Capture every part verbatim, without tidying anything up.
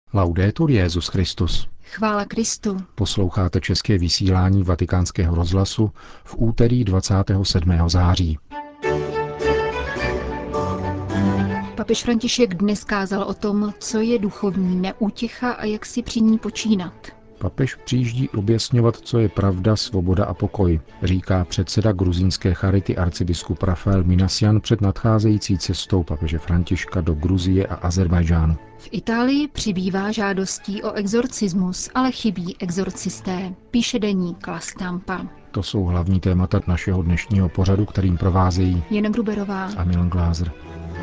Laudetur Jesus Christus. Chvála Kristu. Posloucháte české vysílání Vatikánského rozhlasu v úterý dvacátého sedmého září. Papež František dnes kázal o tom, co je duchovní neútěcha a jak si při ní počínat. Papež přijíždí objasňovat, co je pravda, svoboda a pokoj, říká předseda gruzínské charity arcibiskup Rafael Minasian před nadcházející cestou papeže Františka do Gruzie a Azerbajdžánu. V Itálii přibývá žádostí o exorcismus, ale chybí exorcisté, píše deník La Stampa. To jsou hlavní témata našeho dnešního pořadu, kterým provázejí Jana Gruberová a Milan Glázer.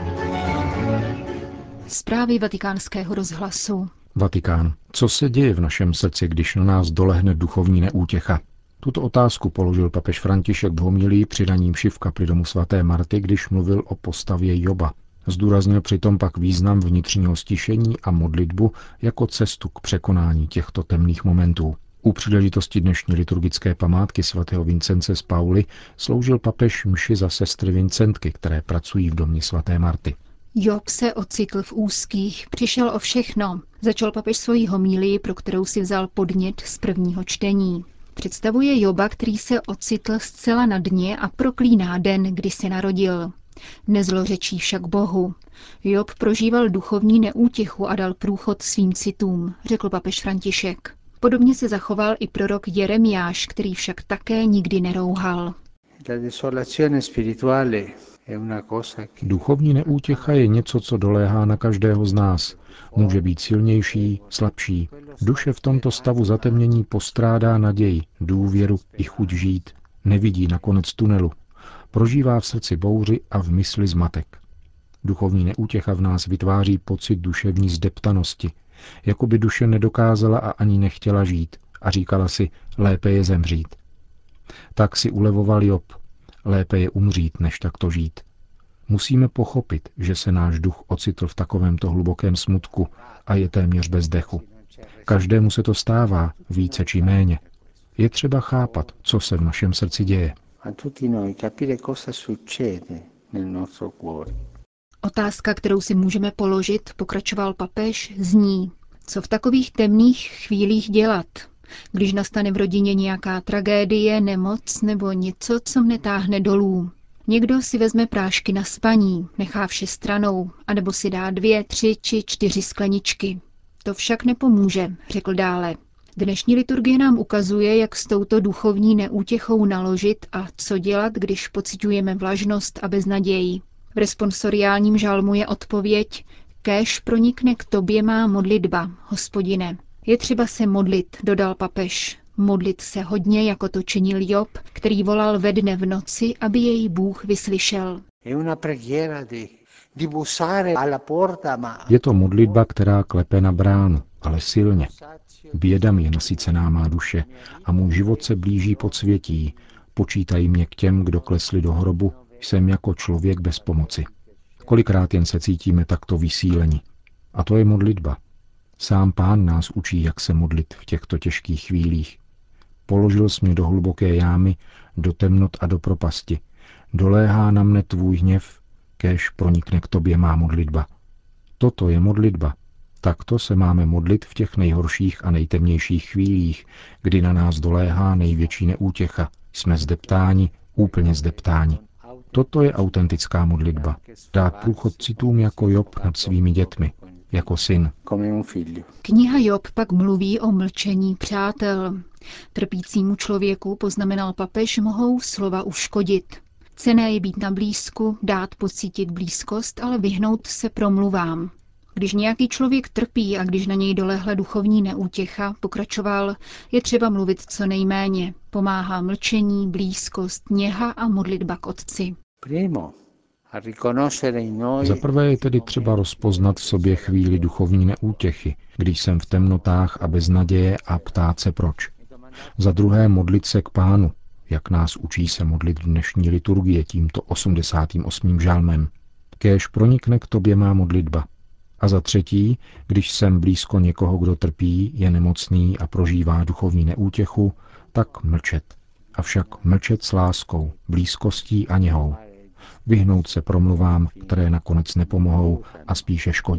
Zprávy Vatikánského rozhlasu. Vatikán. Co se děje v našem srdci, když na nás dolehne duchovní neútěcha? Tuto otázku položil papež František v homilii při raní mši v kapli domu svaté Marty, když mluvil o postavě Joba. Zdůraznil přitom pak význam vnitřního stišení a modlitbu jako cestu k překonání těchto temných momentů. U příležitosti dnešní liturgické památky svatého Vincence z Pauly sloužil papež mši za sestry Vincentky, které pracují v domě svaté Marty. Job se ocitl v úzkých, přišel o všechno. Začal papež svoji homílii, pro kterou si vzal podnět z prvního čtení. Představuje Joba, který se ocitl zcela na dně a proklíná den, kdy se narodil. Nezlořečí však Bohu. Job prožíval duchovní neútěchu a dal průchod svým citům, řekl papež František. Podobně se zachoval i prorok Jeremiáš, který však také nikdy nerouhal. Duchovní neútěcha je něco, co doléhá na každého z nás. Může být silnější, slabší. Duše v tomto stavu zatemnění postrádá naději, důvěru i chuť žít. Nevidí na konec tunelu. Prožívá v srdci bouři a v mysli zmatek. Duchovní neútěcha v nás vytváří pocit duševní zdeptanosti, jako by duše nedokázala a ani nechtěla žít a říkala si, lépe je zemřít. Tak si ulevoval Job. Lépe je umřít, než takto žít. Musíme pochopit, že se náš duch ocitl v takovémto hlubokém smutku a je téměř bez dechu. Každému se to stává, více či méně. Je třeba chápat, co se v našem srdci děje. Otázka, kterou si můžeme položit, pokračoval papež, zní, co v takových temných chvílích dělat, když nastane v rodině nějaká tragédie, nemoc nebo něco, co mne táhne dolů. Někdo si vezme prášky na spaní, nechá vše stranou, anebo si dá dvě, tři či čtyři skleničky. To však nepomůže, řekl dále. Dnešní liturgie nám ukazuje, jak s touto duchovní neútěchou naložit a co dělat, když pociťujeme vlažnost a beznaději. V responsoriálním žalmu je odpověď: kéž pronikne k tobě má modlitba, Hospodine. Je třeba se modlit, dodal papež. Modlit se hodně, jako to činil Job, který volal ve dne v noci, aby jej Bůh vyslyšel. Je to modlitba, která klepe na bránu, ale silně. Bědami je nasycená má duše a můj život se blíží podsvětí. Počítají mě k těm, kdo klesli do hrobu, jsem jako člověk bez pomoci. Kolikrát jen se cítíme takto vysíleni. A to je modlitba. Sám Pán nás učí, jak se modlit v těchto těžkých chvílích. Položil jsi mě do hluboké jámy, do temnot a do propasti. Doléhá na mne tvůj hněv, kéž pronikne k tobě má modlitba. Toto je modlitba. Takto se máme modlit v těch nejhorších a nejtemnějších chvílích, kdy na nás doléhá největší neútěcha. Jsme zdeptáni, úplně zdeptáni. Toto je autentická modlitba. Dát průchod citům jako Job nad svými dětmi, jako syn. Kniha Job pak mluví o mlčení přátel. Trpícímu člověku, poznamenal papež, mohou slova uškodit. Cenné je být na blízku, dát pocítit blízkost, ale vyhnout se promluvám. Když nějaký člověk trpí a když na něj dolehla duchovní neútěcha, pokračoval, je třeba mluvit co nejméně. Pomáhá mlčení, blízkost, něha a modlitba k Otci. Za prvé je tedy třeba rozpoznat v sobě chvíli duchovní neútěchy, když jsem v temnotách a bez naděje a ptát se proč. Za druhé modlit se k Pánu, jak nás učí se modlit dnešní liturgie tímto osmdesátým osmým žalmem. Kéž pronikne k tobě má modlitba. A za třetí, když jsem blízko někoho, kdo trpí, je nemocný a prožívá duchovní neútěchu, tak mlčet. Avšak mlčet s láskou, blízkostí a něhou. Vyhnout se promluvám, které nakonec nepomohou a spíše škodí.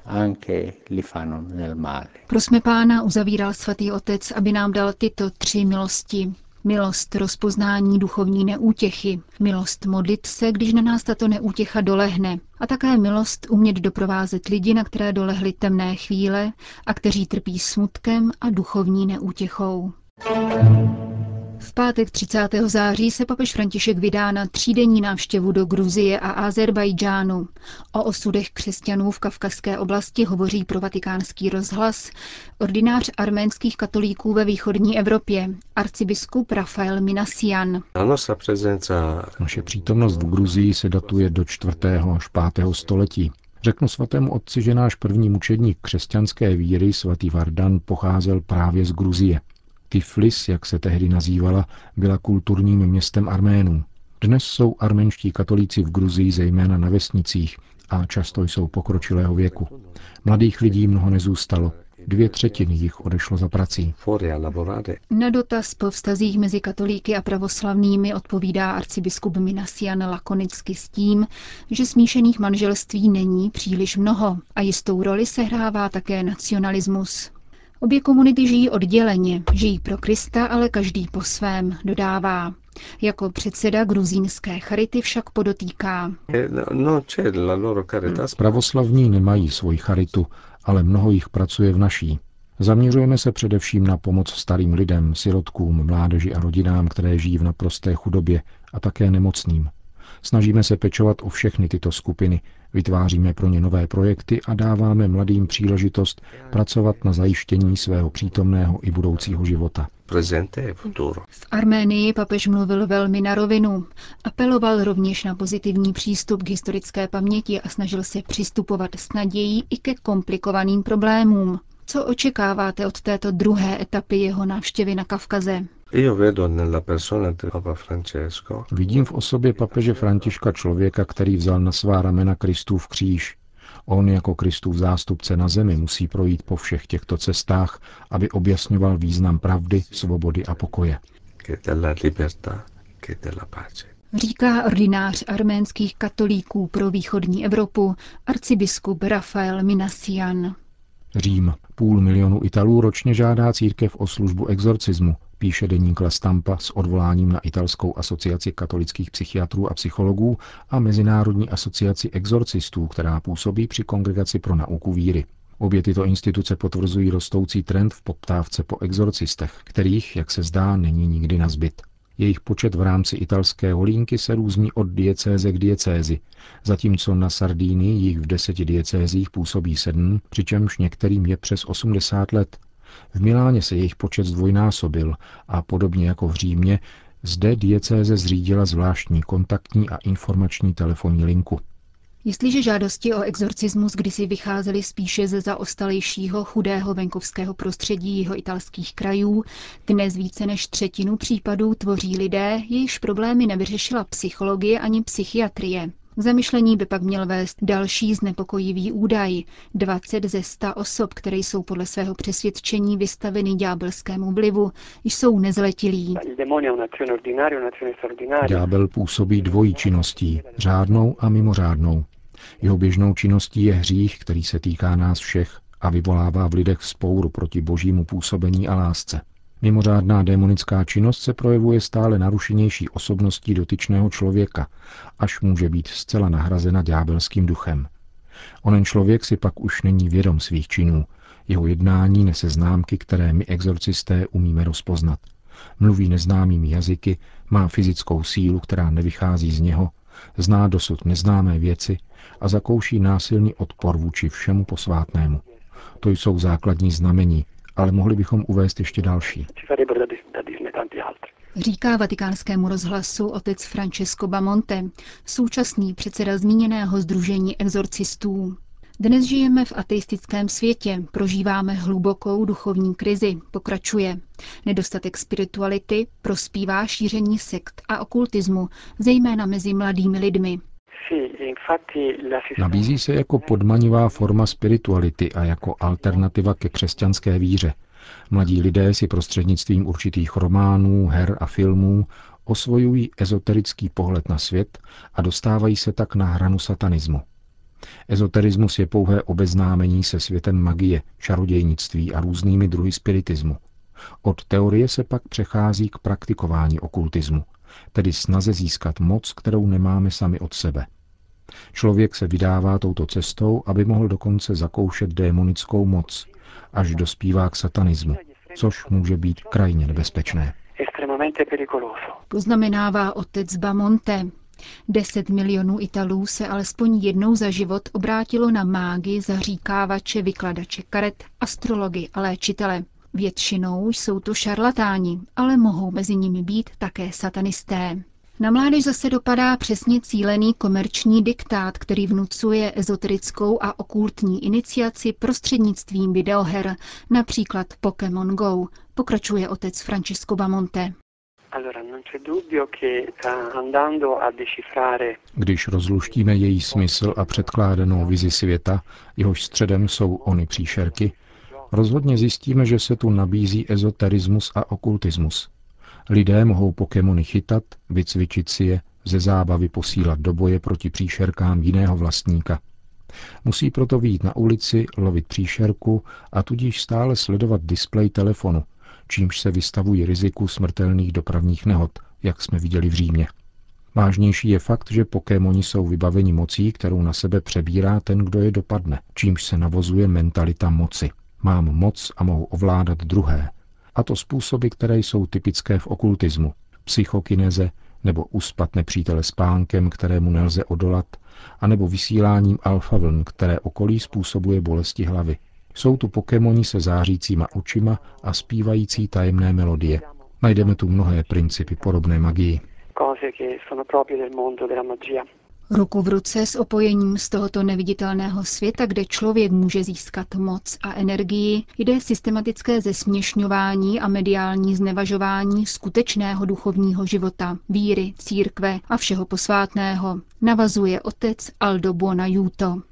Prosme Pána, uzavíral svatý otec, aby nám dal tyto tři milosti. Milost rozpoznání duchovní neútěchy, milost modlit se, když na nás tato neútěcha dolehne, a také milost umět doprovázet lidi, na které dolehly temné chvíle a kteří trpí smutkem a duchovní neútěchou. V pátek třicátého září se papež František vydá na třídenní návštěvu do Gruzie a Ázerbájdžánu. O osudech křesťanů v kavkazské oblasti hovoří pro Vatikánský rozhlas ordinář arménských katolíků ve východní Evropě, arcibiskup Rafael Minassian. Naše přítomnost v Gruzii se datuje do čtvrtého až pátého století. Řeknu svatému otci, že náš první mučedník křesťanské víry, svatý Vardan, pocházel právě z Gruzie. Tiflis, jak se tehdy nazývala, byla kulturním městem Arménů. Dnes jsou arménští katolíci v Gruzii zejména na vesnicích a často jsou pokročilého věku. Mladých lidí mnoho nezůstalo. Dvě třetiny jich odešlo za prací. Na dotaz po vztazích mezi katolíky a pravoslavnými odpovídá arcibiskup Minassian lakonicky s tím, že smíšených manželství není příliš mnoho a jistou roli sehrává také nacionalismus. Obě komunity žijí odděleně, žijí pro Krista, ale každý po svém, dodává. Jako předseda gruzínské charity však podotýká. Pravoslavní nemají svoji charitu, ale mnoho jich pracuje v naší. Zaměřujeme se především na pomoc starým lidem, sirotkům, mládeži a rodinám, které žijí v naprosté chudobě, a také nemocným. Snažíme se pečovat o všechny tyto skupiny, vytváříme pro ně nové projekty a dáváme mladým příležitost pracovat na zajištění svého přítomného i budoucího života. V Arménii papež mluvil velmi na rovinu. Apeloval rovněž na pozitivní přístup k historické paměti a snažil se přistupovat s nadějí i ke komplikovaným problémům. Co očekáváte od této druhé etapy jeho návštěvy na Kavkaze? Vidím v osobě papeže Františka člověka, který vzal na svá ramena Kristův kříž. On jako Kristův zástupce na zemi musí projít po všech těchto cestách, aby objasňoval význam pravdy, svobody a pokoje. Říká ordinář arménských katolíků pro východní Evropu, arcibiskup Rafael Minassian. Řím. Půl milionu Italů ročně žádá církev o službu exorcismu, píše deník La Stampa s odvoláním na Italskou asociaci katolických psychiatrů a psychologů a Mezinárodní asociaci exorcistů, která působí při Kongregaci pro nauku víry. Obě tyto instituce potvrzují rostoucí trend v poptávce po exorcistech, kterých, jak se zdá, není nikdy nazbyt. Jejich počet v rámci italského línky se různí od diecéze k diecézi, zatímco na Sardínii jich v deseti diecézích působí sedm, přičemž některým je přes osmdesát let. V Miláně se jejich počet zdvojnásobil a podobně jako v Římě zde diecéze zřídila zvláštní kontaktní a informační telefonní linku. Jestliže žádosti o exorcismus kdysi vycházely spíše ze zaostalejšího chudého venkovského prostředí jihoitalských krajů, dnes více než třetinu případů tvoří lidé, jejichž problémy nevyřešila psychologie ani psychiatrie. K zamyšlení by pak měl vést další znepokojivý údaj. dvacet ze sta osob, které jsou podle svého přesvědčení vystaveny ďábelskému vlivu, jsou nezletilí. Ďábel působí dvojí činností, řádnou a mimořádnou. Jeho běžnou činností je hřích, který se týká nás všech a vyvolává v lidech vzpouru proti božímu působení a lásce. Mimořádná démonická činnost se projevuje stále narušenější osobností dotyčného člověka, až může být zcela nahrazena ďábelským duchem. Onen člověk si pak už není vědom svých činů, jeho jednání nese známky, které my exorcisté umíme rozpoznat. Mluví neznámými jazyky, má fyzickou sílu, která nevychází z něho, zná dosud neznámé věci a zakouší násilný odpor vůči všemu posvátnému. To jsou základní znamení, ale mohli bychom uvést ještě další. Říká Vatikánskému rozhlasu otec Francesco Bamonte, současný předseda zmíněného sdružení exorcistů. Dnes žijeme v ateistickém světě, prožíváme hlubokou duchovní krizi, pokračuje. Nedostatek spirituality prospívá šíření sekt a okultismu, zejména mezi mladými lidmi. Nabízí se jako podmanivá forma spirituality a jako alternativa ke křesťanské víře. Mladí lidé si prostřednictvím určitých románů, her a filmů osvojují ezoterický pohled na svět a dostávají se tak na hranu satanismu. Ezoterismus je pouhé obeznámení se světem magie, čarodějnictví a různými druhy spiritismu. Od teorie se pak přechází k praktikování okultismu, tedy snaze získat moc, kterou nemáme sami od sebe. Člověk se vydává touto cestou, aby mohl dokonce zakoušet démonickou moc, až dospívá k satanismu, což může být krajně nebezpečné. Poznamenává otec Bamonte. Deset milionů Italů se alespoň jednou za život obrátilo na mágy, zaříkávače, vykladače karet, astrology a léčitele. Většinou jsou to šarlatáni, ale mohou mezi nimi být také satanisté. Na mládež zase dopadá přesně cílený komerční diktát, který vnucuje ezoterickou a okultní iniciaci prostřednictvím videoher, například Pokémon Go, pokračuje otec Francesco Bamonte. Když rozluštíme její smysl a předkládanou vizi světa, jehož středem jsou ony příšerky, rozhodně zjistíme, že se tu nabízí ezoterismus a okultismus. Lidé mohou Pokémony chytat, vycvičit si je, ze zábavy posílat do boje proti příšerkám jiného vlastníka. Musí proto vyjít na ulici, lovit příšerku a tudíž stále sledovat displej telefonu, čímž se vystavují riziku smrtelných dopravních nehod, jak jsme viděli v Římě. Vážnější je fakt, že Pokémoni jsou vybaveni mocí, kterou na sebe přebírá ten, kdo je dopadne, čímž se navozuje mentalita moci. Mám moc a mohu ovládat druhé. A to způsoby, které jsou typické v okultismu. Psychokineze, nebo uspat nepřítele spánkem, kterému nelze odolat, anebo vysíláním alfavln, které okolí způsobuje bolesti hlavy. Jsou tu Pokémoni se zářícíma očima a zpívající tajemné melodie. Najdeme tu mnohé principy podobné magii. Ruku v ruce s opojením z tohoto neviditelného světa, kde člověk může získat moc a energii, jde systematické zesměšňování a mediální znevažování skutečného duchovního života, víry, církve a všeho posvátného, navazuje otec Aldo Buonaiuto.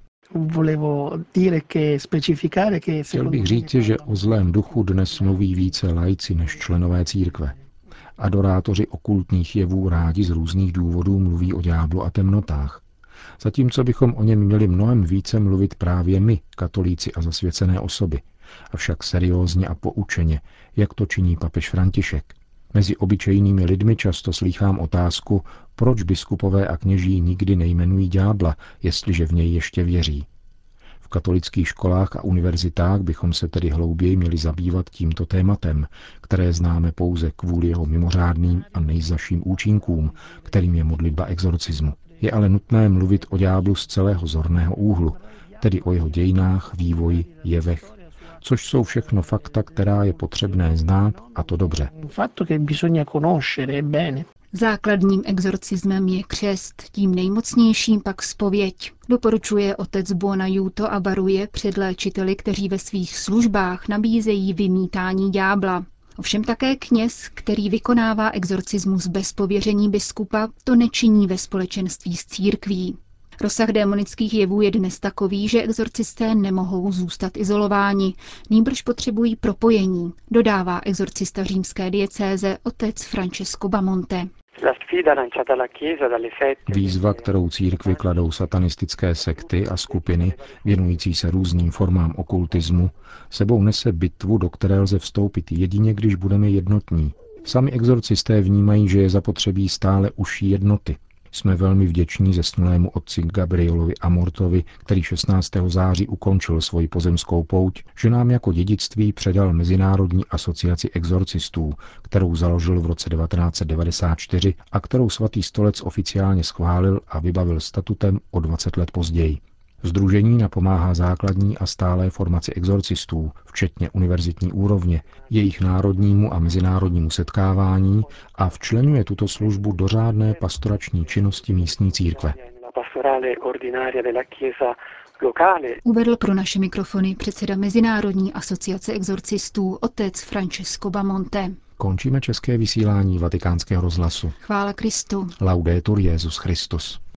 Chtěl bych říci, že o zlém duchu dnes mluví více laici než členové církve. Adorátoři okultních jevů rádi z různých důvodů mluví o ďáblu a temnotách. Zatímco bychom o něm měli mnohem více mluvit právě my, katolíci a zasvěcené osoby, avšak seriózně a poučeně, jak to činí papež František. Mezi obyčejnými lidmi často slýchám otázku, proč biskupové a kněží nikdy nejmenují ďábla, jestliže v něj ještě věří. V katolických školách a univerzitách bychom se tedy hlouběji měli zabývat tímto tématem, které známe pouze kvůli jeho mimořádným a nejzazším účinkům, kterým je modlitba exorcismu. Je ale nutné mluvit o ďáblu z celého zorného úhlu, tedy o jeho dějinách, vývoji, jevech, což jsou všechno fakta, která je potřebné znát, a to dobře. Základním exorcismem je křest, tím nejmocnějším pak zpověď. Doporučuje otec Buonaiuto a varuje před léčiteli, kteří ve svých službách nabízejí vymítání ďábla. Ovšem také kněz, který vykonává exorcismus bez pověření biskupa, to nečiní ve společenství s církví. Rozsah démonických jevů je dnes takový, že exorcisté nemohou zůstat izolováni, nýbrž potřebují propojení, dodává exorcista římské diecéze otec Francesco Bamonte. Výzva, kterou církvi kladou satanistické sekty a skupiny věnující se různým formám okultismu, sebou nese bitvu, do které lze vstoupit jedině, když budeme jednotní. Sami exorcisté vnímají, že je zapotřebí stále užší jednoty. Jsme velmi vděční zesnulému otci Gabrielovi Amortovi, který šestnáctého září ukončil svoji pozemskou pouť, že nám jako dědictví předal Mezinárodní asociaci exorcistů, kterou založil v roce devatenáct set devadesát čtyři a kterou svatý stolec oficiálně schválil a vybavil statutem o dvacet let později. Sdružení napomáhá základní a stálé formaci exorcistů, včetně univerzitní úrovně, jejich národnímu a mezinárodnímu setkávání a včleňuje tuto službu do řádné pastorační činnosti místní církve. Uvedl pro naše mikrofony předseda Mezinárodní asociace exorcistů otec Francesco Bamonte. Končíme české vysílání Vatikánského rozhlasu. Chvála Kristu. Laudetur Jesus Christus.